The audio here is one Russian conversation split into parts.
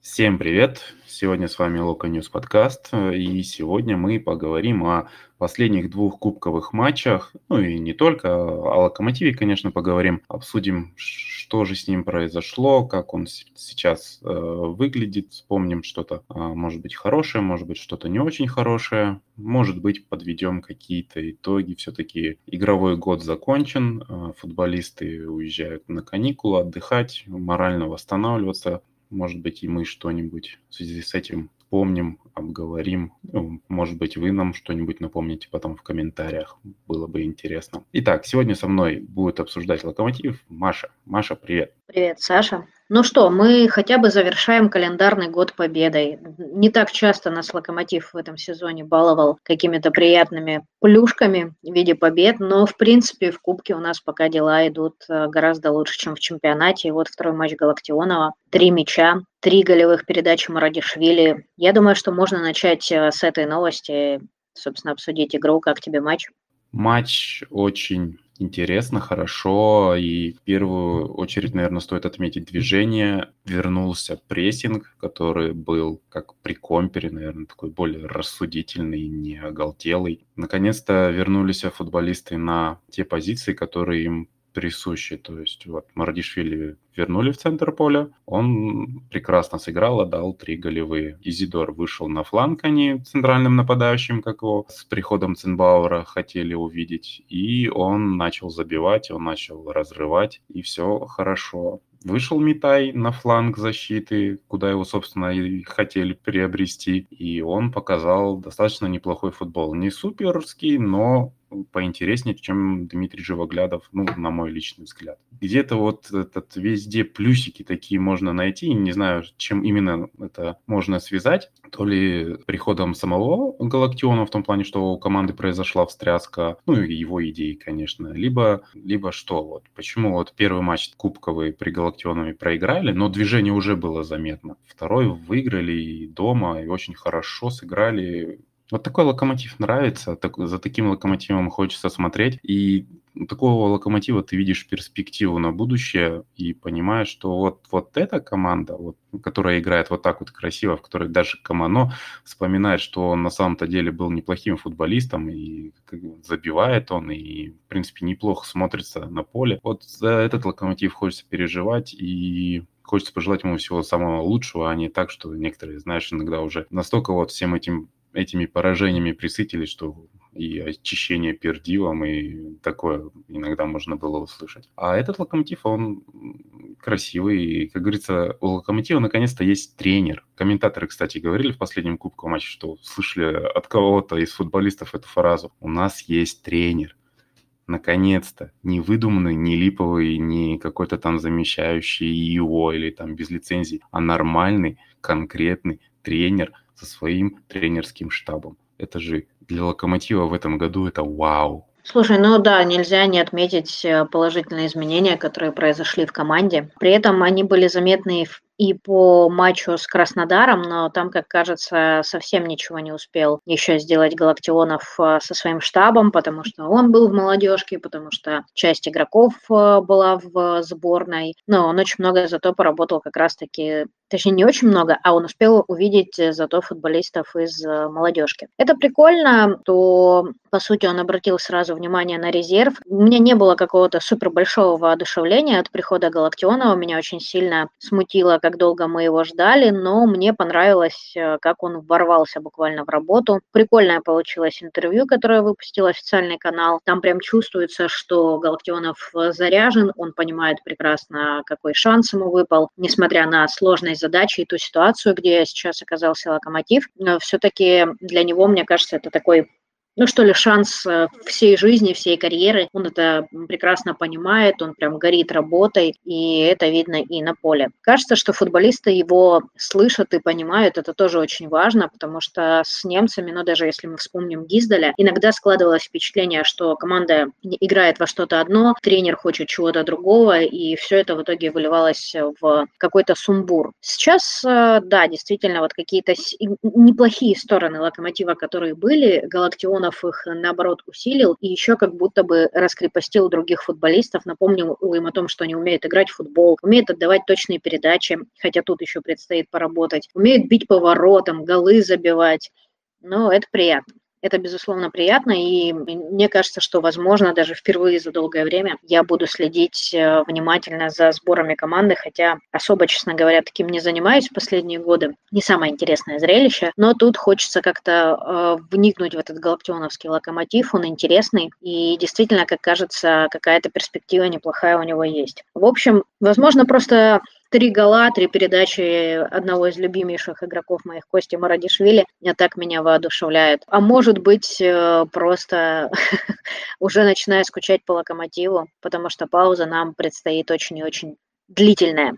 Всем привет! Сегодня с вами Лока Ньюс подкаст, и сегодня мы поговорим о последних двух кубковых матчах, ну и не только, о Локомотиве, конечно, поговорим, обсудим, что же с ним произошло, как он сейчас выглядит, вспомним что-то, может быть, хорошее, может быть, что-то не очень хорошее, может быть, подведем какие-то итоги. Все-таки игровой год закончен, футболисты уезжают на каникулы отдыхать, морально восстанавливаться. Может быть, и мы что-нибудь в связи с этим помним, обговорим. Ну, может быть, вы нам что-нибудь напомните потом в комментариях. Было бы интересно. Итак, сегодня со мной будет обсуждать Локомотив Маша. Маша, привет. Привет, Саша. Ну что, мы хотя бы завершаем календарный год победой. Не так часто нас Локомотив в этом сезоне баловал какими-то приятными плюшками в виде побед, но в принципе в Кубке у нас пока дела идут гораздо лучше, чем в чемпионате. И вот второй матч Галактионова, 3 мяча, 3 голевых передачи Марадишвили. Я думаю, что можно начать с этой новости, собственно, обсудить игру. Как тебе матч? Матч очень интересно, хорошо. И в первую очередь, наверное, стоит отметить движение. Вернулся прессинг, который был как при Компере, наверное, такой более рассудительный, не оголтелый. Наконец-то вернулись футболисты на те позиции, которые им присущи. То есть вот Мардишвили вернули в центр поля, он прекрасно сыграл, отдал 3 голевые. Изидор вышел на фланг, они центральным нападающим, как его с приходом Цинбауэра хотели увидеть, и он начал забивать, он начал разрывать, и все хорошо. Вышел Митай на фланг защиты, куда его, собственно, и хотели приобрести, и он показал достаточно неплохой футбол. Не суперский, но поинтереснее, чем Дмитрий Живоглядов, ну, на мой личный взгляд. Где-то вот этот везде плюсики такие можно найти, не знаю, чем именно это можно связать, то ли приходом самого Галактиона, в том плане, что у команды произошла встряска, ну, и его идеи, конечно, либо что, вот, почему вот первый матч кубковый при Галактионове проиграли, но движение уже было заметно. Второй выиграли и дома, и очень хорошо сыграли. Вот такой Локомотив нравится, за таким Локомотивом хочется смотреть. И у такого Локомотива ты видишь перспективу на будущее и понимаешь, что вот эта команда, вот, которая играет вот так вот красиво, в которой даже Камано вспоминает, что он на самом-то деле был неплохим футболистом, и забивает он, и, в принципе, неплохо смотрится на поле. Вот за этот Локомотив хочется переживать, и хочется пожелать ему всего самого лучшего, а не так, что некоторые, знаешь, иногда уже настолько вот всем этими поражениями присытились, что и очищение пердилом, и такое иногда можно было услышать. А этот Локомотив, он красивый. И, как говорится, у Локомотива наконец-то есть тренер. Комментаторы, кстати, говорили в последнем кубковом матче, что слышали от кого-то из футболистов эту фразу: «У нас есть тренер». Наконец-то. Не выдуманный, не липовый, не какой-то там замещающий его или там без лицензии, а нормальный, конкретный тренер со своим тренерским штабом. Это же для Локомотива в этом году это вау. Слушай, ну да, нельзя не отметить положительные изменения, которые произошли в команде. При этом они были заметны и по матчу с Краснодаром, но там, как кажется, совсем ничего не успел еще сделать Галактионов со своим штабом, потому что он был в молодежке, потому что часть игроков была в сборной. Но он очень много зато поработал как раз-таки, точнее, не очень много, а он успел увидеть зато футболистов из молодежки. Это прикольно, то, по сути, он обратил сразу внимание на резерв. У меня не было какого-то супер большого воодушевления от прихода Галактионова. Меня очень сильно смутило, как долго мы его ждали, но мне понравилось, как он ворвался буквально в работу. Прикольное получилось интервью, которое выпустил официальный канал. Там прям чувствуется, что Галактионов заряжен, он понимает прекрасно, какой шанс ему выпал. Несмотря на сложность задачи и ту ситуацию, где сейчас оказался Локомотив, все-таки для него, мне кажется, это такой, ну что ли, шанс всей жизни, всей карьеры. Он это прекрасно понимает, он прям горит работой, и это видно и на поле. Кажется, что футболисты его слышат и понимают, это тоже очень важно, потому что с немцами, ну даже если мы вспомним Гиздаля, иногда складывалось впечатление, что команда играет во что-то одно, тренер хочет чего-то другого, и все это в итоге выливалось в какой-то сумбур. Сейчас, да, действительно, вот какие-то неплохие стороны Локомотива, которые были, Галактион Галактионов их, наоборот, усилил и еще как будто бы раскрепостил других футболистов, напомнил им о том, что они умеют играть в футбол, умеют отдавать точные передачи, хотя тут еще предстоит поработать, умеют бить по воротам, голы забивать. Но это приятно. Это, безусловно, приятно, и мне кажется, что, возможно, даже впервые за долгое время я буду следить внимательно за сборами команды, хотя особо, честно говоря, таким не занимаюсь в последние годы. Не самое интересное зрелище, но тут хочется как-то вникнуть в этот галактионовский локомотив, он интересный, и действительно, как кажется, какая-то перспектива неплохая у него есть. В общем, возможно, просто 3 гола, 3 передачи одного из любимейших игроков моих, Кости Марадишвили, так меня воодушевляют. А может быть, просто уже начинаю скучать по Локомотиву, потому что пауза нам предстоит очень и очень длительная.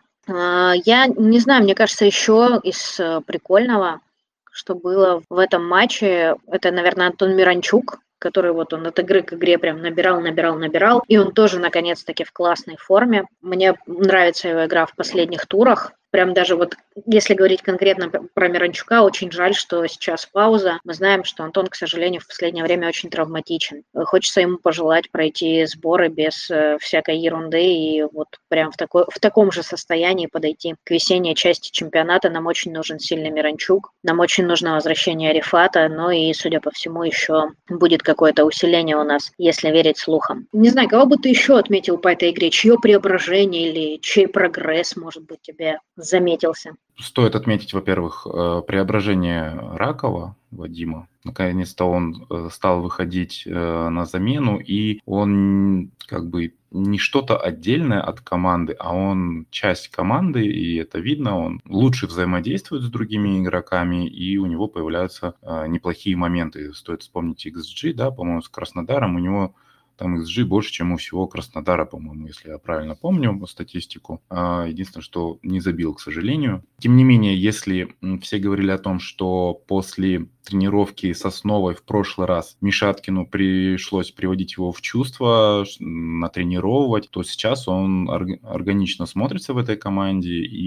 Я не знаю, мне кажется, еще из прикольного, что было в этом матче, это, наверное, Антон Миранчук, который вот он от игры к игре прям набирал, и он тоже наконец-таки в классной форме. Мне нравится его игра в последних турах. Прям даже вот, если говорить конкретно про Миранчука, очень жаль, что сейчас пауза. Мы знаем, что Антон, к сожалению, в последнее время очень травматичен. Хочется ему пожелать пройти сборы без всякой ерунды и вот прям в таком же состоянии подойти к весенней части чемпионата. Нам очень нужен сильный Миранчук, нам очень нужно возвращение Рифата, но и, судя по всему, еще будет какое-то усиление у нас, если верить слухам. Не знаю, кого бы ты еще отметил по этой игре? Чье преображение или чей прогресс, может быть, тебе заметился? Стоит отметить, во-первых, преображение Ракова, Вадима. Наконец-то он стал выходить на замену, и он как бы не что-то отдельное от команды, а он часть команды, и это видно, он лучше взаимодействует с другими игроками, и у него появляются неплохие моменты. Стоит вспомнить XG, да, по-моему, с Краснодаром у него там XG больше, чем у всего Краснодара, по-моему, если я правильно помню статистику. Единственное, что не забил, к сожалению. Тем не менее, если все говорили о том, что после тренировки с Основой в прошлый раз Мишаткину пришлось приводить его в чувство, натренировывать, то сейчас он органично смотрится в этой команде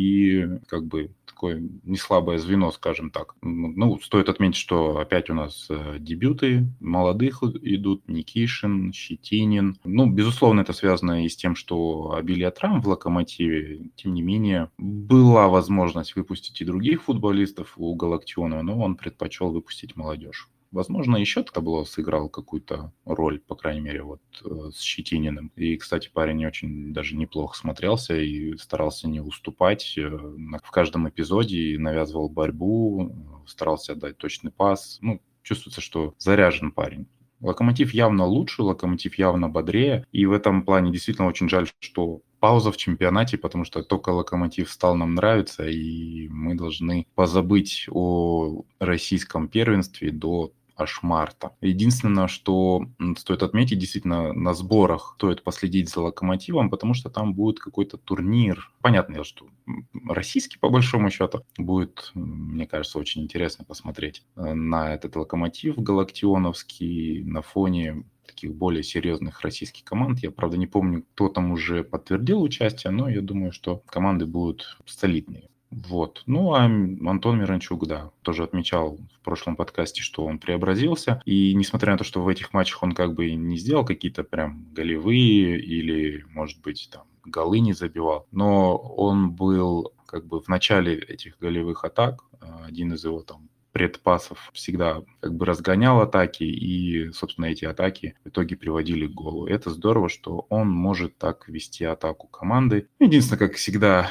и как бы такое неслабое звено, скажем так. Ну, стоит отметить, что опять у нас дебюты молодых идут, Никишин, Щетинин. Ну, безусловно, это связано и с тем, что обилие травм в Локомотиве. Тем не менее, была возможность выпустить и других футболистов у Галактионова, но он предпочел выпустить молодежь. Возможно, еще Табло сыграл какую-то роль, по крайней мере, вот с Щетининым. И, кстати, парень очень даже неплохо смотрелся и старался не уступать в каждом эпизоде, и навязывал борьбу, старался отдать точный пас. Ну, чувствуется, что заряжен парень. Локомотив явно лучше, Локомотив явно бодрее. И в этом плане действительно очень жаль, что пауза в чемпионате, потому что только Локомотив стал нам нравиться, и мы должны позабыть о российском первенстве до аж марта. Единственное, что стоит отметить, действительно, на сборах стоит последить за Локомотивом, потому что там будет какой-то турнир. Понятно, что российский, по большому счету, будет, мне кажется, очень интересно посмотреть на этот Локомотив галактионовский на фоне таких более серьезных российских команд. Я, правда, не помню, кто там уже подтвердил участие, но я думаю, что команды будут солиднее. Вот. Ну, а Антон Миранчук, да, тоже отмечал в прошлом подкасте, что он преобразился. И несмотря на то, что в этих матчах он как бы не сделал какие-то прям голевые или, может быть, там голы не забивал, но он был как бы в начале этих голевых атак, один из его там предпасов всегда как бы разгонял атаки, и, собственно, эти атаки в итоге приводили к голу. Это здорово, что он может так вести атаку команды. Единственное, как всегда,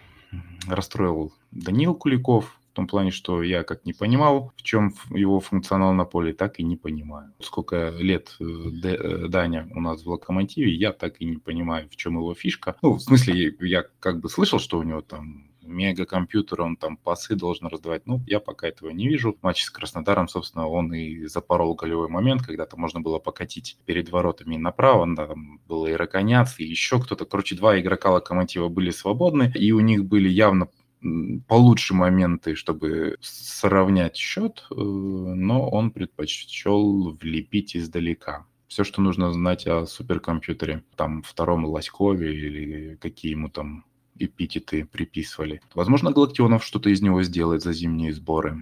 расстроил Даниил Куликов, в том плане, что я как не понимал, в чем его функционал на поле, так и не понимаю. Сколько лет Даня у нас в Локомотиве, я так и не понимаю, в чем его фишка. Ну, в смысле, я как бы слышал, что у него там мегакомпьютер, он там пасы должен раздавать. Ну, я пока этого не вижу. В матче с Краснодаром, собственно, он и запорол голевой момент, когда-то можно было покатить перед воротами направо, там был и Раконяц, и еще кто-то. Короче, два игрока Локомотива были свободны, и у них были явно получше моменты, чтобы сравнять счет, но он предпочел влепить издалека. Все, что нужно знать о суперкомпьютере, там, втором Лоськове или какие ему там эпитеты приписывали. Возможно, Галактионов что-то из него сделает за зимние сборы.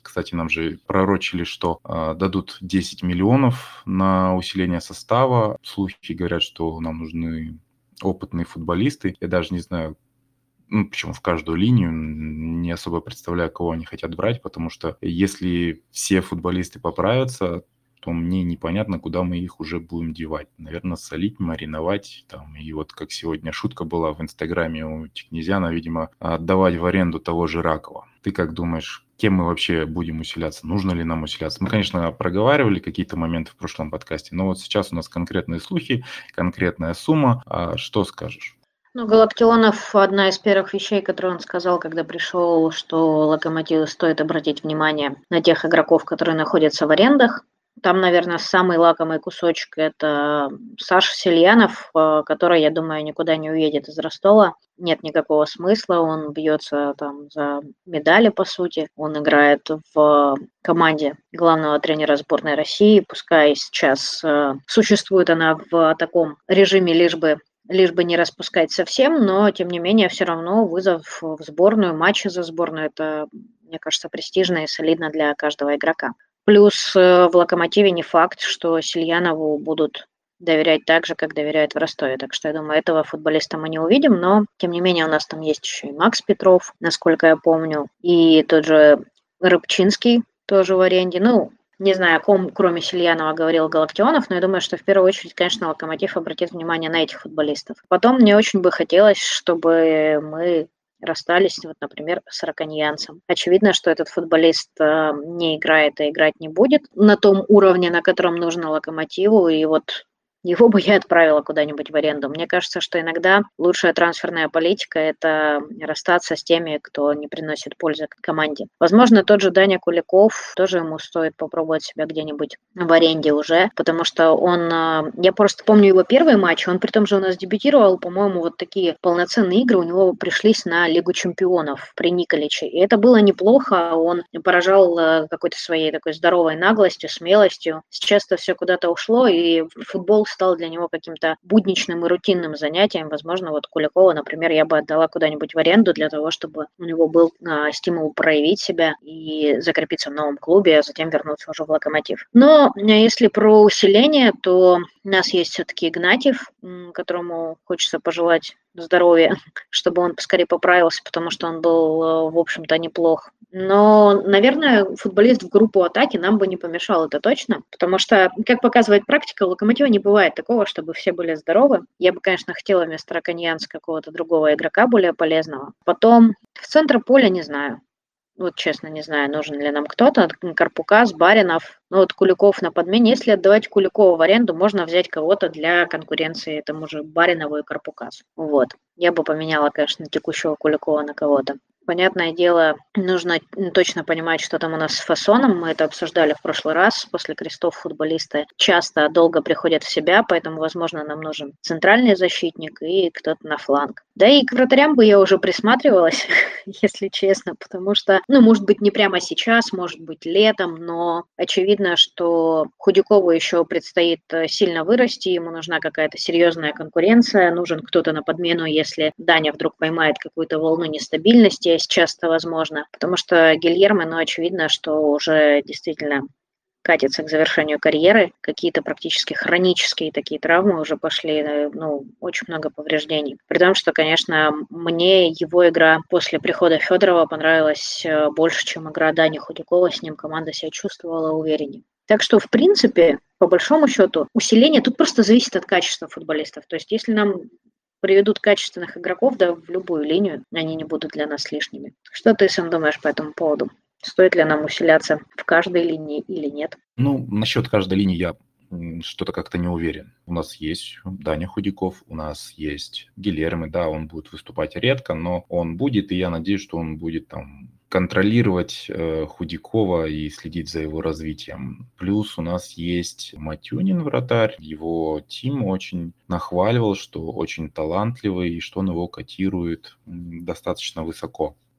Кстати, нам же пророчили, что дадут 10 миллионов на усиление состава. Слухи говорят, что нам нужны опытные футболисты. Я даже не знаю, почему в каждую линию, не особо представляю, кого они хотят брать, потому что если все футболисты поправятся, то мне непонятно, куда мы их уже будем девать. Наверное, солить, мариновать. Там. И вот как сегодня шутка была в Инстаграме у Тикнезяна, видимо, отдавать в аренду того же Ракова. Ты как думаешь, кем мы вообще будем усиляться? Нужно ли нам усиляться? Мы, конечно, проговаривали какие-то моменты в прошлом подкасте, но вот сейчас у нас конкретные слухи, конкретная сумма. Что скажешь? Ну, Галактионов, одна из первых вещей, которые он сказал, когда пришел, что Локомотиву стоит обратить внимание на тех игроков, которые находятся в арендах. Там, наверное, самый лакомый кусочек – это Саша Сельянов, который, я думаю, никуда не уедет из Ростова. Нет никакого смысла, он бьется там за медали, по сути. Он играет в команде главного тренера сборной России, пускай сейчас существует она в таком режиме, лишь бы не распускать совсем, но, тем не менее, все равно вызов в сборную, матчи за сборную – это, мне кажется, престижно и солидно для каждого игрока. Плюс в «Локомотиве» не факт, что Сельянову будут доверять так же, как доверяют в Ростове. Так что, я думаю, этого футболиста мы не увидим, но, тем не менее, у нас там есть еще и Макс Петров, насколько я помню, и тот же Рыбчинский тоже в аренде. Ну, не знаю, о ком, кроме Сельянова, говорил Галактионов, но я думаю, что в первую очередь, конечно, Локомотив обратит внимание на этих футболистов. Потом мне очень бы хотелось, чтобы мы расстались, вот, например, с Раконьянцем. Очевидно, что этот футболист не играет и играть не будет на том уровне, на котором нужно Локомотиву, и вот его бы я отправила куда-нибудь в аренду. Мне кажется, что иногда лучшая трансферная политика – это расстаться с теми, кто не приносит пользы команде. Возможно, тот же Даня Куликов, тоже ему стоит попробовать себя где-нибудь в аренде уже, потому что он, я просто помню его первый матч, он при том же у нас дебютировал, по-моему, вот такие полноценные игры у него пришлись на Лигу чемпионов при Николиче. И это было неплохо, он поражал какой-то своей такой здоровой наглостью, смелостью. Сейчас-то все куда-то ушло, и футбол стал для него каким-то будничным и рутинным занятием. Возможно, вот Куликова, например, я бы отдала куда-нибудь в аренду для того, чтобы у него был стимул проявить себя и закрепиться в новом клубе, а затем вернуться уже в «Локомотив». Но если про усиление, то у нас есть все-таки Игнатьев, которому хочется пожелать здоровья, чтобы он поскорее поправился, потому что он был, в общем-то, неплох. Но, наверное, футболист в группу атаки нам бы не помешал, это точно, потому что, как показывает практика, у «Локомотива» не бывает такого, чтобы все были здоровы. Я бы, конечно, хотела вместо Раконьянца какого-то другого игрока, более полезного. Потом в центр поля не знаю. Вот честно не знаю, нужен ли нам кто-то. Карпукас, Баринов, ну вот Куликов на подмене. Если отдавать Куликова в аренду, можно взять кого-то для конкуренции тому же Баринову и Карпукасу. Вот. Я бы поменяла, конечно, текущего Куликова на кого-то. Понятное дело, нужно точно понимать, что там у нас с фасоном. Мы это обсуждали в прошлый раз. После крестов футболисты часто долго приходят в себя, поэтому, возможно, нам нужен центральный защитник и кто-то на фланг. Да и к вратарям бы я уже присматривалась, если честно, потому что, может быть, не прямо сейчас, может быть, летом, но очевидно, что Худякову еще предстоит сильно вырасти, ему нужна какая-то серьезная конкуренция, нужен кто-то на подмену, если Даня вдруг поймает какую-то волну нестабильности, а сейчас это возможно, потому что Гильермо, очевидно, что уже действительно катится к завершению карьеры, какие-то практически хронические такие травмы уже пошли, очень много повреждений. При том, что, конечно, мне его игра после прихода Федорова понравилась больше, чем игра Дани Худякова, с ним команда себя чувствовала увереннее. Так что, в принципе, по большому счету, усиление тут просто зависит от качества футболистов. То есть, если нам приведут качественных игроков, да, в любую линию, они не будут для нас лишними. Что ты сам думаешь по этому поводу? Стоит ли нам усиляться в каждой линии или нет? Насчет каждой линии я что-то как-то не уверен. У нас есть Даня Худяков, у нас есть Гильермо, да, он будет выступать редко, но он будет, и я надеюсь, что он будет там контролировать Худякова и следить за его развитием. Плюс у нас есть Матюнин, вратарь. Его Тим очень нахваливал, что очень талантливый и что он его котирует достаточно высоко.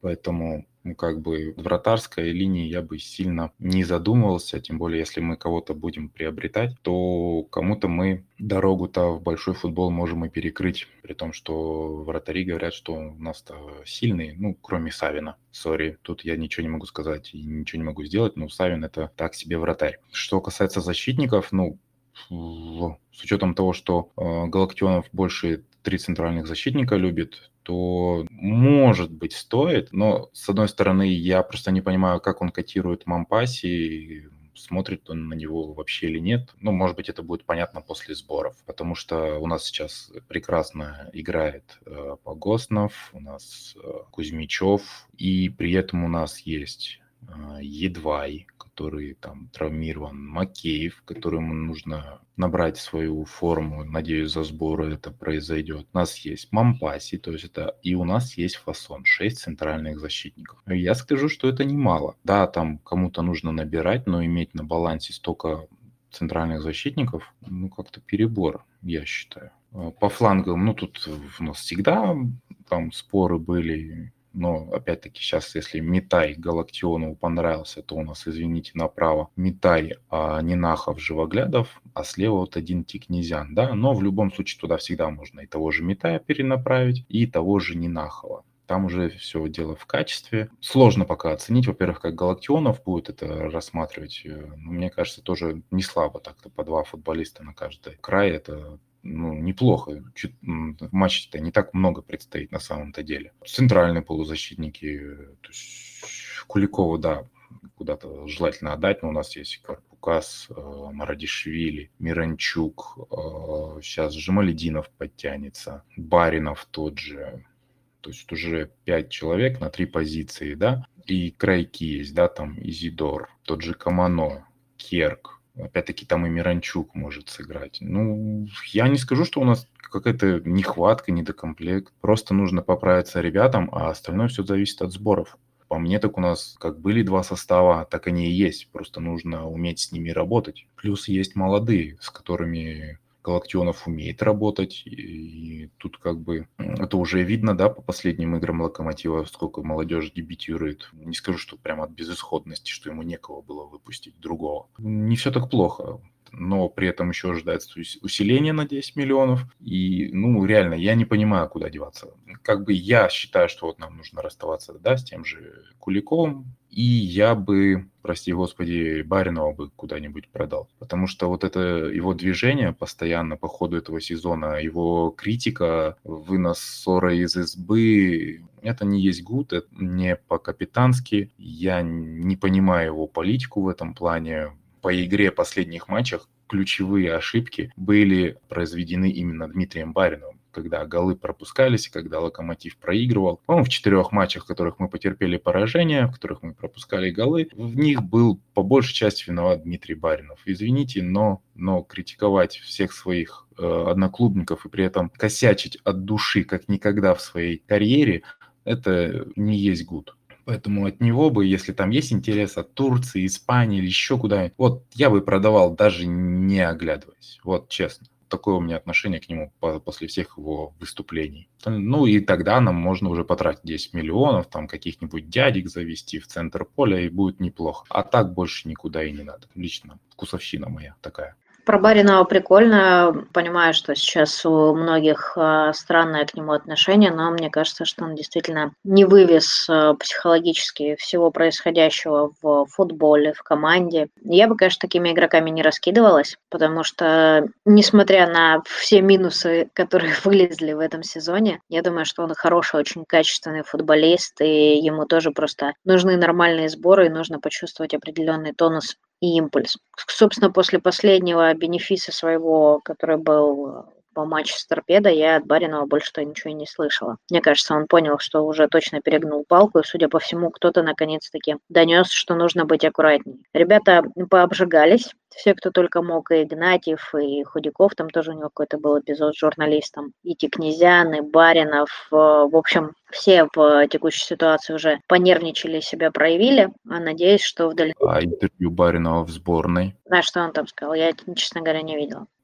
Поэтому, как бы вратарской линии я бы сильно не задумывался, тем более, если мы кого-то будем приобретать, то кому-то мы дорогу-то в большой футбол можем и перекрыть, при том, что вратари говорят, что у нас-то сильные, ну, кроме Савина. Сори, тут я ничего не могу сказать и ничего не могу сделать, но Савин это так себе вратарь. Что касается защитников, ну, с учетом того, что Галактионов больше 3 центральных защитника любит, то, может быть, стоит. Но, с одной стороны, я просто не понимаю, как он котирует Мампаси, смотрит он на него вообще или нет. Ну, может быть, это будет понятно после сборов, потому что у нас сейчас прекрасно играет Погоснов, у нас Кузьмичев, и при этом у нас есть Едвай, который там травмирован, Макеев, которому нужно набрать свою форму. Надеюсь, за сборы это произойдет. У нас есть Мампаси, то есть это и у нас есть Фасон, 6 центральных защитников. Я скажу, что это немало. Да, там кому-то нужно набирать, но иметь на балансе столько центральных защитников, ну, как-то перебор, я считаю. По флангам, ну, тут у нас всегда там споры были. Но, опять-таки, сейчас, если Митай Галактионову понравился, то у нас, извините, направо Митай, Нинахов, Живоглядов, а слева вот один Тикнезян, да. Но в любом случае туда всегда можно и того же Митая перенаправить, и того же Нинахова. Там уже все дело в качестве. Сложно пока оценить, во-первых, как Галактионов будет это рассматривать. Но мне кажется, тоже не слабо так-то по 2 футболиста на каждый край. Это неплохо. Матчей-то не так много предстоит на самом-то деле. Центральные полузащитники, то есть Куликову, да, куда-то желательно отдать, но у нас есть Карпукас, Марадишвили, Миранчук, сейчас Жамалединов подтянется, Баринов тот же. То есть уже 5 человек на 3 позиции, да, и крайки есть, да, там Изидор, тот же Камано, Керк, опять-таки там и Миранчук может сыграть. Ну, я не скажу, что у нас какая-то нехватка, недокомплект, просто нужно поправиться ребятам, а остальное все зависит от сборов. По мне, так у нас как были 2 состава, так они и есть, просто нужно уметь с ними работать. Плюс есть молодые, с которыми Галактионов умеет работать, и тут как бы это уже видно, да, по последним играм Локомотива, сколько молодежь дебютирует. Не скажу, что прямо от безысходности, что ему некого было выпустить другого. Не все так плохо, но при этом еще ожидается усиление на 10 миллионов. И, ну, реально, я не понимаю, куда деваться. Как бы я считаю, что вот нам нужно расставаться, да, с тем же Куликовым, и я бы, прости господи, Баринова бы куда-нибудь продал. Потому что вот это его движение постоянно по ходу этого сезона, его критика, вынос ссоры из избы, это не есть гуд, это не по-капитански. Я не понимаю его политику в этом плане. По игре последних матчах ключевые ошибки были произведены именно Дмитрием Бариновым, когда голы пропускались, когда Локомотив проигрывал. По-моему, в 4 матчах, в которых мы потерпели поражение, в которых мы пропускали голы, в них был по большей части виноват Дмитрий Баринов. Извините, но критиковать всех своих одноклубников и при этом косячить от души, как никогда в своей карьере, это не есть гуд. Поэтому от него бы, если там есть интерес от Турции, Испании или еще куда-нибудь, вот я бы продавал даже не оглядываясь. Вот честно. Такое у меня отношение к нему после всех его выступлений. Ну и тогда нам можно уже потратить 10 миллионов, там каких-нибудь дядек завести в центр поля, и будет неплохо. А так больше никуда и не надо. Лично вкусовщина моя такая. Про Баринова прикольно. Понимаю, что сейчас у многих странное к нему отношение, но мне кажется, что он действительно не вывез психологически всего происходящего в футболе, в команде. Я бы, конечно, такими игроками не раскидывалась, потому что, несмотря на все минусы, которые вылезли в этом сезоне, я думаю, что он хороший, очень качественный футболист, и ему тоже просто нужны нормальные сборы, и нужно почувствовать определенный тонус и импульс. Собственно, после последнего бенефиса своего, который был по матчу с Торпедо, я от Баринова больше-то ничего и не слышала. Мне кажется, он понял, что уже точно перегнул палку, и, судя по всему, кто-то наконец-таки донес, что нужно быть аккуратней. Ребята пообжигались, все, кто только мог, и Игнатьев, и Худяков, там тоже у него какой-то был эпизод с журналистом, и Тикнезян, и Баринов. В общем, все в текущей ситуации уже понервничали, себя проявили. Надеюсь, что в дальнейшем... А интервью Баринова в сборной? Знаешь, что он там сказал? Я, честно говоря, не видела.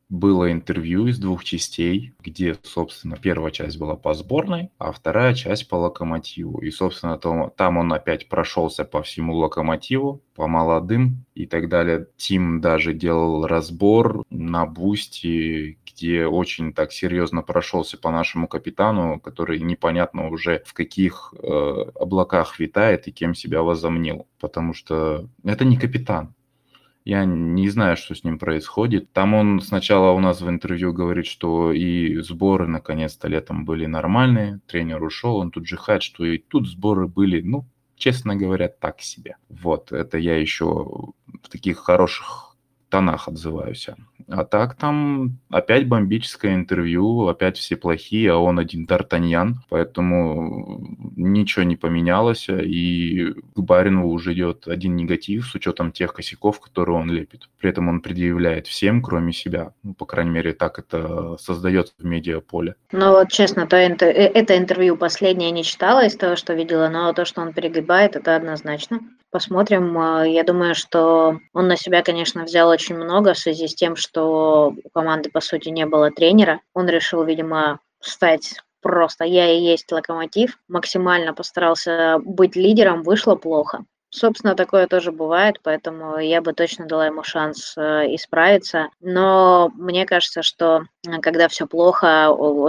было интервью из двух частей, где, собственно, первая часть была по сборной, а вторая часть по Локомотиву. И, собственно, там он опять прошелся по всему Локомотиву, по молодым и так далее. Тим даже делал разбор на Бусти, где очень так серьезно прошелся по нашему капитану, который непонятно уже в каких облаках витает и кем себя возомнил. Потому что это не капитан. Я не знаю, что с ним происходит. Там он сначала у нас в интервью говорит, что и сборы наконец-то летом были нормальные. Тренер ушел, он тут жихает, что и тут сборы были, ну, честно говоря, так себе. Вот, это я еще в таких хороших тонах отзываюсь. А так там опять бомбическое интервью, опять все плохие, а он один Д'Артаньян, поэтому ничего не поменялось, и к Баринову уже идет один негатив с учетом тех косяков, которые он лепит. При этом он предъявляет всем, кроме себя. Ну, по крайней мере, так это создается в медиаполе. Ну вот честно, это интервью последнее не читала из того, что видела, но то, что он перегибает, это однозначно. Посмотрим. Я думаю, что он на себя, конечно, взял очень много в связи с тем, что у команды, по сути, не было тренера. Он решил, видимо, стать просто «я и есть Локомотив». Максимально постарался быть лидером, вышло плохо. Собственно, такое тоже бывает, поэтому я бы точно дала ему шанс исправиться. Но мне кажется, что когда все плохо,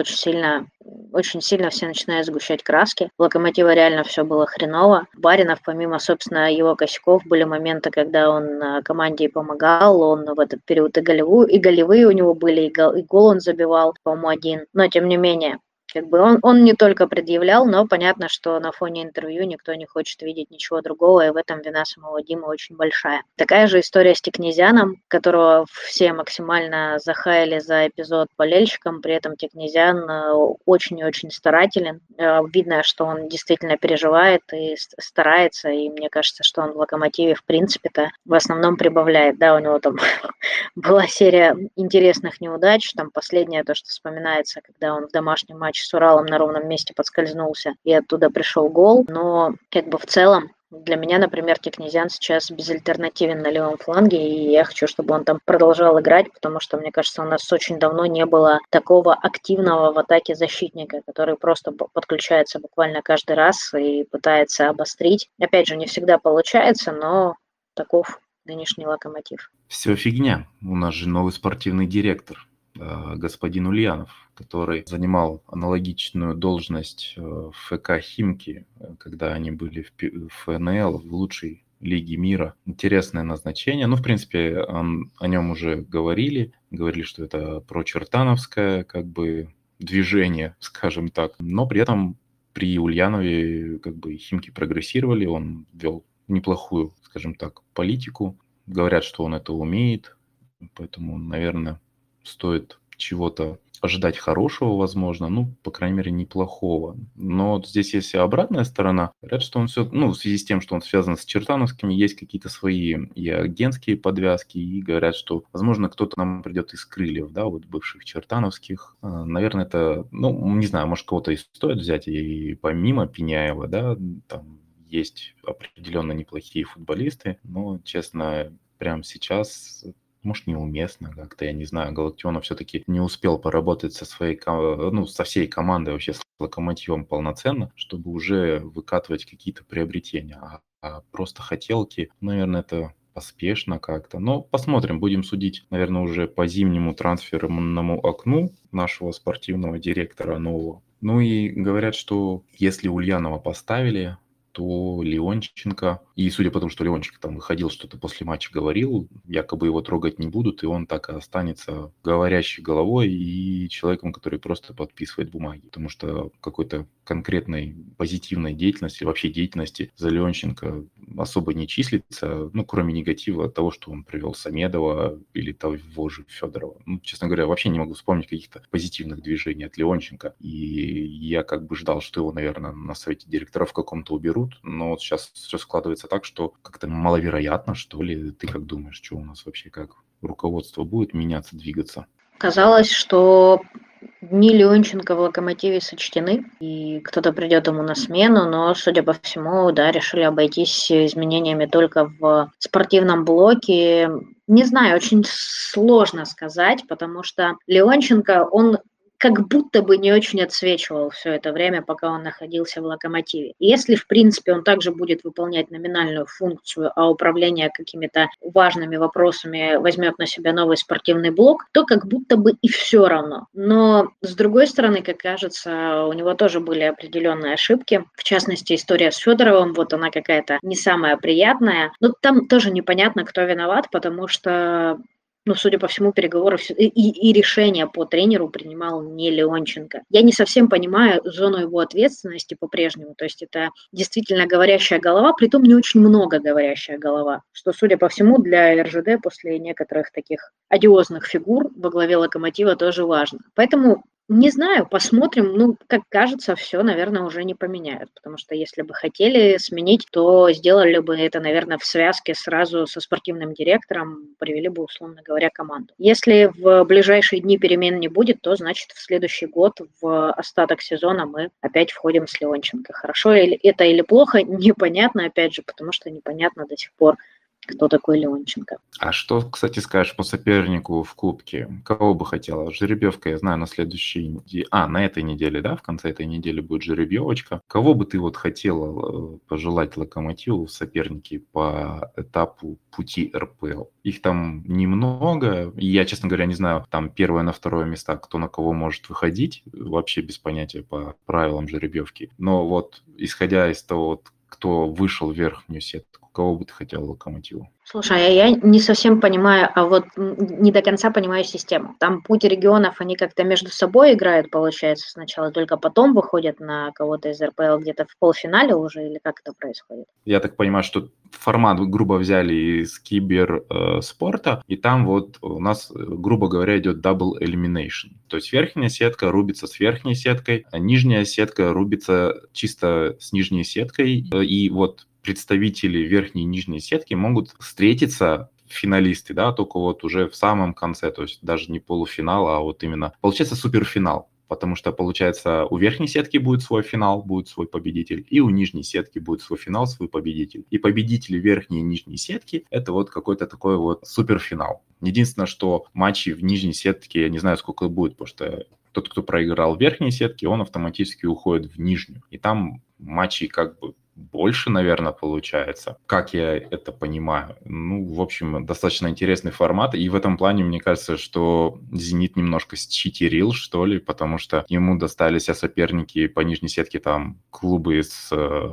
очень сильно все начинают сгущать краски. У Локомотива реально все было хреново. Баринов, помимо, собственно, его косяков, были моменты, когда он команде и помогал. Он в этот период и голевые у него были, и гол он забивал, по-моему, один. Но, тем не менее, как бы он не только предъявлял, но понятно, что на фоне интервью никто не хочет видеть ничего другого, и в этом вина самого Димы очень большая. Такая же история с Тикнезяном, которого все максимально захаяли за эпизод болельщикам, при этом Тикнезян очень и очень старателен. Видно, что он действительно переживает и старается, и мне кажется, что он в Локомотиве в принципе-то в основном прибавляет. Да, у него там была серия интересных неудач, там последняя, то, что вспоминается, когда он в домашнем матче с Уралом на ровном месте подскользнулся, и оттуда пришел гол, но как бы в целом для меня, например, Тикнезян сейчас безальтернативен на левом фланге, и я хочу, чтобы он там продолжал играть, потому что, мне кажется, у нас очень давно не было такого активного в атаке защитника, который просто подключается буквально каждый раз и пытается обострить. Опять же, не всегда получается, но таков нынешний Локомотив. Все фигня. У нас же новый спортивный директор, господин Ульянов, который занимал аналогичную должность в ФК «Химки», когда они были в ФНЛ, в лучшей лиге мира. Интересное назначение. Ну, в принципе, о нем уже говорили, что это прочертановское как бы движение, скажем так. Но при этом при Ульянове как бы «Химки» прогрессировали, он вел неплохую, скажем так, политику. Говорят, что он это умеет, поэтому, наверное, стоит чего-то ожидать хорошего, возможно, ну, по крайней мере, неплохого. Но вот здесь есть и обратная сторона. Говорят, что он все, ну, в связи с тем, что он связан с чертановскими, есть какие-то свои и агентские подвязки, и говорят, что, возможно, кто-то нам придет из крыльев, да, вот бывших чертановских. Наверное, это, ну, не знаю, может, кого-то и стоит взять, и помимо Пеняева, да, там есть определенно неплохие футболисты, но, честно, прямо сейчас, может, неуместно как-то, я не знаю, Галактионов все-таки не успел поработать со со всей командой, вообще с Локомотивом полноценно, чтобы уже выкатывать какие-то приобретения. А просто хотелки, наверное, это поспешно как-то. Но посмотрим, будем судить, наверное, уже по зимнему трансферному окну нашего спортивного директора нового. Ну и говорят, что если Ульянова поставили, то Леонченко, и судя по тому, что Леонченко там выходил, что-то после матча говорил, якобы его трогать не будут, и он так и останется говорящей головой и человеком, который просто подписывает бумаги. Потому что какой-то конкретной позитивной деятельности, вообще деятельности за Леонченко особо не числится, ну, кроме негатива от того, что он привел Самедова или того же Федорова. Ну, честно говоря, вообще не могу вспомнить каких-то позитивных движений от Леонченко. И я как бы ждал, что его, наверное, на совете директоров каком-то уберут, но вот сейчас все складывается так, что как-то маловероятно, что ли. Ты как думаешь, что у нас вообще, как руководство будет меняться, двигаться? Казалось, что дни Леонченко в «Локомотиве» сочтены, и кто-то придет ему на смену, но, судя по всему, да, решили обойтись изменениями только в спортивном блоке. Не знаю, очень сложно сказать, потому что Леонченко, он как будто бы не очень отсвечивал все это время, пока он находился в «Локомотиве». И если, в принципе, он также будет выполнять номинальную функцию, а управление какими-то важными вопросами возьмет на себя новый спортивный блок, то как будто бы и все равно. Но, с другой стороны, как кажется, у него тоже были определенные ошибки. В частности, история с Федоровым, вот она какая-то не самая приятная. Но там тоже непонятно, кто виноват, потому что судя по всему, переговоры и решения по тренеру принимал не Леонченко. Я не совсем понимаю зону его ответственности по-прежнему. То есть это действительно говорящая голова, притом не очень много говорящая голова, что, судя по всему, для РЖД после некоторых таких одиозных фигур во главе «Локомотива» тоже важно. Поэтому не знаю, посмотрим. Как кажется, все, наверное, уже не поменяют, потому что если бы хотели сменить, то сделали бы это, наверное, в связке сразу со спортивным директором, привели бы, условно говоря, команду. Если в ближайшие дни перемен не будет, то, значит, в следующий год, в остаток сезона мы опять входим с Леонченко. Хорошо это или плохо, непонятно, опять же, потому что непонятно до сих пор, кто такой Леонченко. А что, кстати, скажешь по сопернику в Кубке? Кого бы хотела? Жеребьевка, я знаю, на следующей неделе. На этой неделе, да? В конце этой недели будет жеребьевочка. Кого бы ты вот хотела пожелать Локомотиву в сопернике по этапу пути РПЛ? Их там немного. И я, честно говоря, не знаю, там первое на второе места, кто на кого может выходить. Вообще без понятия по правилам жеребьевки. Но вот, исходя из того, кто вышел в верхнюю сетку, кого бы ты хотел Локомотиву? Слушай, я не совсем понимаю, а вот не до конца понимаю систему. Там путь регионов, они как-то между собой играют, получается, сначала, только потом выходят на кого-то из РПЛ где-то в полуфинале уже, или как это происходит? Я так понимаю, что формат грубо взяли из киберспорта, и там вот у нас, грубо говоря, идет double elimination. То есть верхняя сетка рубится с верхней сеткой, а нижняя сетка рубится чисто с нижней сеткой, и вот представители верхней и нижней сетки могут встретиться, финалисты, да, только вот уже в самом конце, то есть даже не полуфинал, а вот именно, получается, суперфинал. Потому что, получается, у верхней сетки будет свой финал, будет свой победитель, и у нижней сетки будет свой финал, свой победитель. И победители верхней и нижней сетки – это вот какой-то такой вот суперфинал. Единственное, что матчи в нижней сетке, я не знаю, сколько будет, потому что тот, кто проиграл в верхней сетке, он автоматически уходит в нижнюю. И там матчей как бы больше, наверное, получается, как я это понимаю. В общем, достаточно интересный формат, и в этом плане, мне кажется, что «Зенит» немножко считерил, что ли, потому что ему достались соперники по нижней сетке, там, клубы из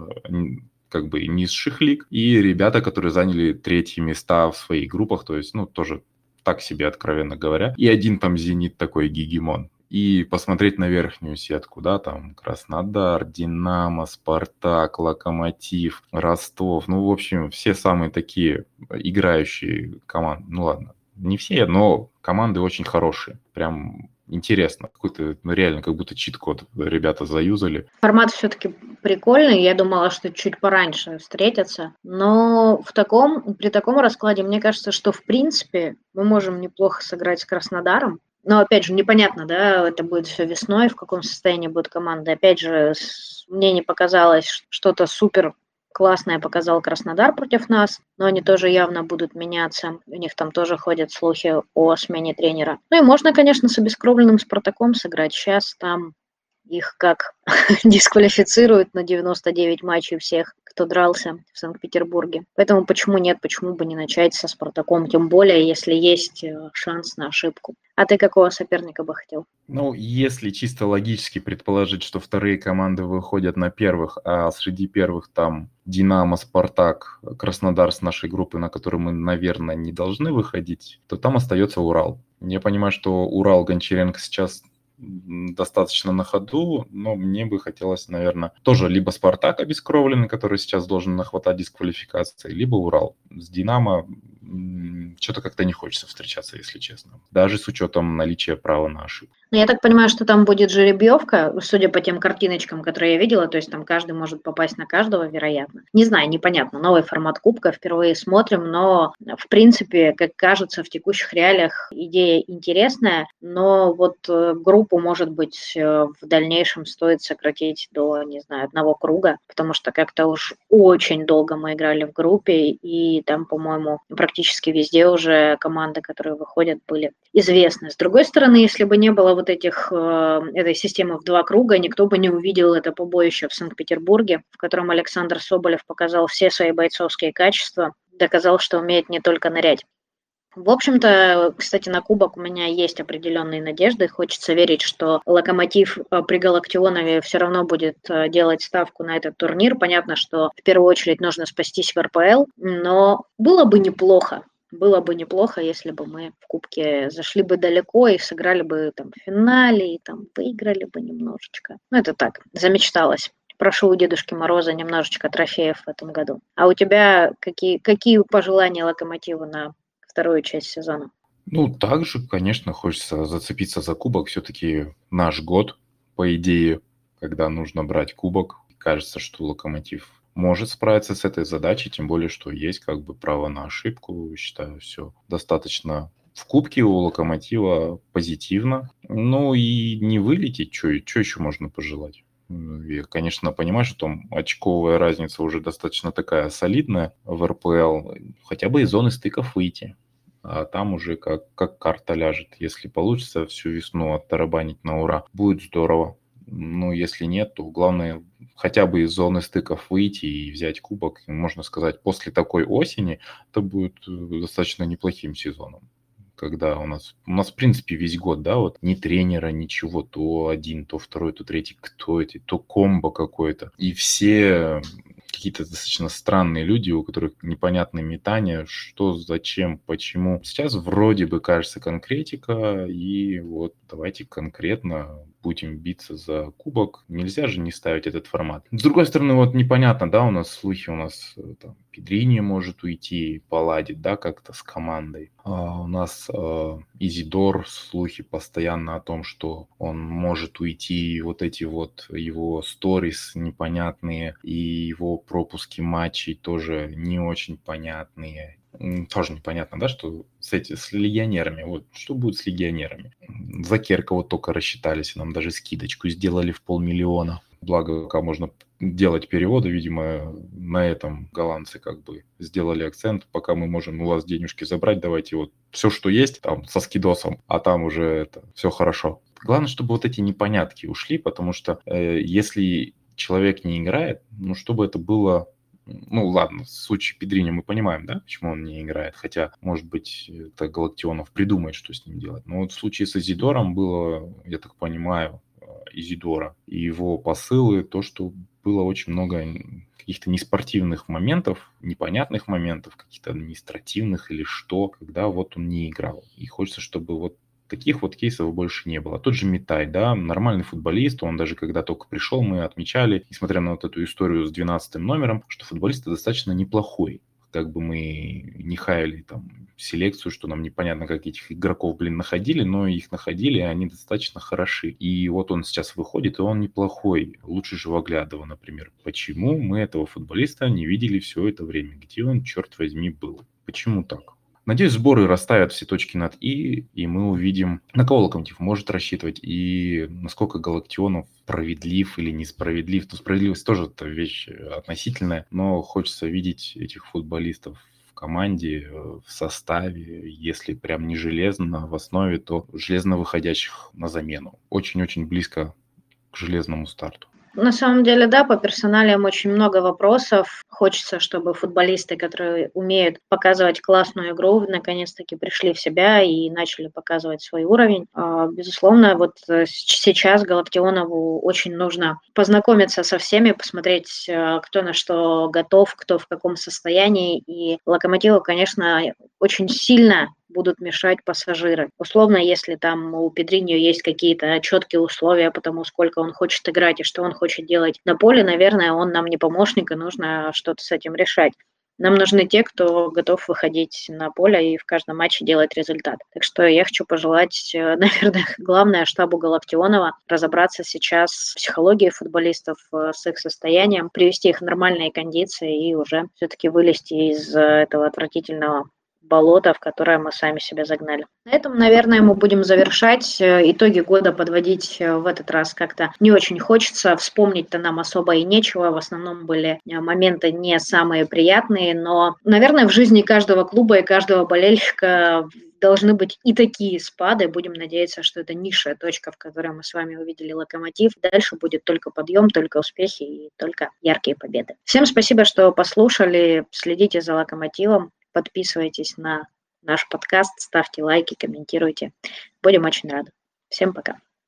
как бы низших лиг, и ребята, которые заняли третьи места в своих группах, то есть, тоже так себе, откровенно говоря, и один там «Зенит» такой гегемон. И посмотреть на верхнюю сетку, да, там Краснодар, Динамо, Спартак, Локомотив, Ростов, в общем, все самые такие играющие команды, ладно, не все, но команды очень хорошие, прям интересно, какой-то, реально, как будто чит-код ребята заюзали. Формат все-таки прикольный, я думала, что чуть пораньше встретятся, но при таком раскладе, мне кажется, что в принципе мы можем неплохо сыграть с Краснодаром. Но, опять же, непонятно, да, это будет все весной, в каком состоянии будет команда. Опять же, мне не показалось что-то супер классное показал Краснодар против нас, но они тоже явно будут меняться. У них там тоже ходят слухи о смене тренера. И можно, конечно, с обескровленным Спартаком сыграть. Сейчас там их как дисквалифицируют на 99 матчей всех, кто дрался в Санкт-Петербурге. Поэтому почему нет, почему бы не начать со Спартаком, тем более, если есть шанс на ошибку. А ты какого соперника бы хотел? Если чисто логически предположить, что вторые команды выходят на первых, а среди первых там Динамо, Спартак, Краснодар с нашей группы, на которую мы, наверное, не должны выходить, то там остается Урал. Я понимаю, что Урал Гончаренко сейчас достаточно на ходу, но мне бы хотелось, наверное, тоже либо Спартак обескровленный, который сейчас должен нахватать дисквалификации, либо Урал. С Динамо что-то как-то не хочется встречаться, если честно. Даже с учетом наличия права на ошибку. Я так понимаю, что там будет жеребьевка, судя по тем картиночкам, которые я видела, то есть там каждый может попасть на каждого, вероятно. Не знаю, непонятно, новый формат кубка, впервые смотрим, но в принципе, как кажется, в текущих реалиях идея интересная, но вот группу, может быть, в дальнейшем стоит сократить до, не знаю, одного круга, потому что как-то уж очень долго мы играли в группе, и и там, по-моему, практически везде уже команды, которые выходят, были известны. С другой стороны, если бы не было вот этой системы в 2 круга, никто бы не увидел это побоище в Санкт-Петербурге, в котором Александр Соболев показал все свои бойцовские качества, доказал, что умеет не только нырять. В общем-то, кстати, на кубок у меня есть определенные надежды. Хочется верить, что Локомотив при Галактионове все равно будет делать ставку на этот турнир. Понятно, что в первую очередь нужно спастись в РПЛ, но было бы неплохо. Было бы неплохо, если бы мы в кубке зашли бы далеко и сыграли бы там в финале, и там выиграли бы немножечко. Ну, это так, замечталось. Прошу у Дедушки Мороза немножечко трофеев в этом году. А у тебя какие пожелания Локомотиву на вторую часть сезона? Ну, также, конечно, хочется зацепиться за кубок. Все-таки наш год, по идее, когда нужно брать кубок. Кажется, что Локомотив может справиться с этой задачей, тем более, что есть как бы право на ошибку. Считаю, все достаточно в кубке у Локомотива позитивно. Ну и не вылететь, что еще можно пожелать? Я, конечно, понимаю, что там очковая разница уже достаточно такая солидная в РПЛ. Хотя бы из зоны стыков выйти. А там уже как карта ляжет. Если получится всю весну оттарабанить на ура, будет здорово. Ну, если нет, то главное хотя бы из зоны стыков выйти и взять кубок. И, можно сказать, после такой осени это будет достаточно неплохим сезоном. Когда у нас в принципе весь год, да, вот ни тренера, ничего, то один, то второй, то третий, кто эти, то комбо какое-то. И все какие-то достаточно странные люди, у которых непонятные метания, что, зачем, почему. Сейчас вроде бы кажется конкретика, и вот давайте конкретно будем биться за кубок. Нельзя же не ставить этот формат. С другой стороны, вот непонятно, да, у нас слухи, у нас там Педрини может уйти, поладить, да, как-то с командой. А у нас Изидор, слухи постоянно о том, что он может уйти, и вот эти вот его сторис непонятные, и его пропуски матчей тоже не очень понятные. Тоже непонятно, да, что с легионерами. Вот что будет с легионерами? За Керкова только рассчитались, нам даже скидочку сделали в 500 000. Благо, пока можно делать переводы, видимо, на этом голландцы как бы сделали акцент. Пока мы можем у вас денежки забрать, давайте вот все, что есть, там со скидосом, а там уже это все хорошо. Главное, чтобы вот эти непонятки ушли, потому что если человек не играет, ну, чтобы это было... Ну, ладно, в случае Педрини мы понимаем, да, почему он не играет. Хотя, может быть, это Галактионов придумает, что с ним делать. Но вот в случае с Изидором было, я так понимаю, Изидора и его посылы, то, что было очень много каких-то неспортивных моментов, непонятных моментов, каких-то административных или что, когда вот он не играл. И хочется, чтобы вот таких вот кейсов больше не было. Тот же Митай, да, нормальный футболист, он даже когда только пришел, мы отмечали, несмотря на вот эту историю с 12-м номером, что футболист достаточно неплохой. Как бы мы не хаяли там селекцию, что нам непонятно, как этих игроков, находили, но их находили, и они достаточно хороши. И вот он сейчас выходит, и он неплохой. Лучше Живоглядова, например. Почему мы этого футболиста не видели все это время? Где он, черт возьми, был? Почему так? Надеюсь, сборы расставят все точки над и мы увидим, на кого Локомотив может рассчитывать, и насколько Галактионов справедлив или несправедлив. Но справедливость тоже это вещь относительная, но хочется видеть этих футболистов в команде, в составе, если прям не железно в основе, то железно выходящих на замену. Очень-очень близко к железному старту. На самом деле, да, по персоналиям очень много вопросов. Хочется, чтобы футболисты, которые умеют показывать классную игру, наконец-таки пришли в себя и начали показывать свой уровень. Безусловно, вот сейчас Галактионову очень нужно познакомиться со всеми, посмотреть, кто на что готов, кто в каком состоянии. И Локомотиву, конечно, очень сильно будут мешать пассажиры. Условно, если там у Педриньо есть какие-то четкие условия по тому, сколько он хочет играть и что он хочет делать на поле, наверное, он нам не помощник, и нужно что-то с этим решать. Нам нужны те, кто готов выходить на поле и в каждом матче делать результат. Так что я хочу пожелать, наверное, главное штабу Галактионова разобраться сейчас с психологией футболистов, с их состоянием, привести их в нормальные кондиции и уже все-таки вылезти из этого отвратительного болото, в которое мы сами себя загнали. На этом, наверное, мы будем завершать. Итоги года подводить в этот раз как-то не очень хочется. Вспомнить-то нам особо и нечего. В основном были моменты не самые приятные, но, наверное, в жизни каждого клуба и каждого болельщика должны быть и такие спады. Будем надеяться, что это низшая точка, в которой мы с вами увидели «Локомотив». Дальше будет только подъем, только успехи и только яркие победы. Всем спасибо, что послушали. Следите за «Локомотивом». Подписывайтесь на наш подкаст, ставьте лайки, комментируйте. Будем очень рады. Всем пока.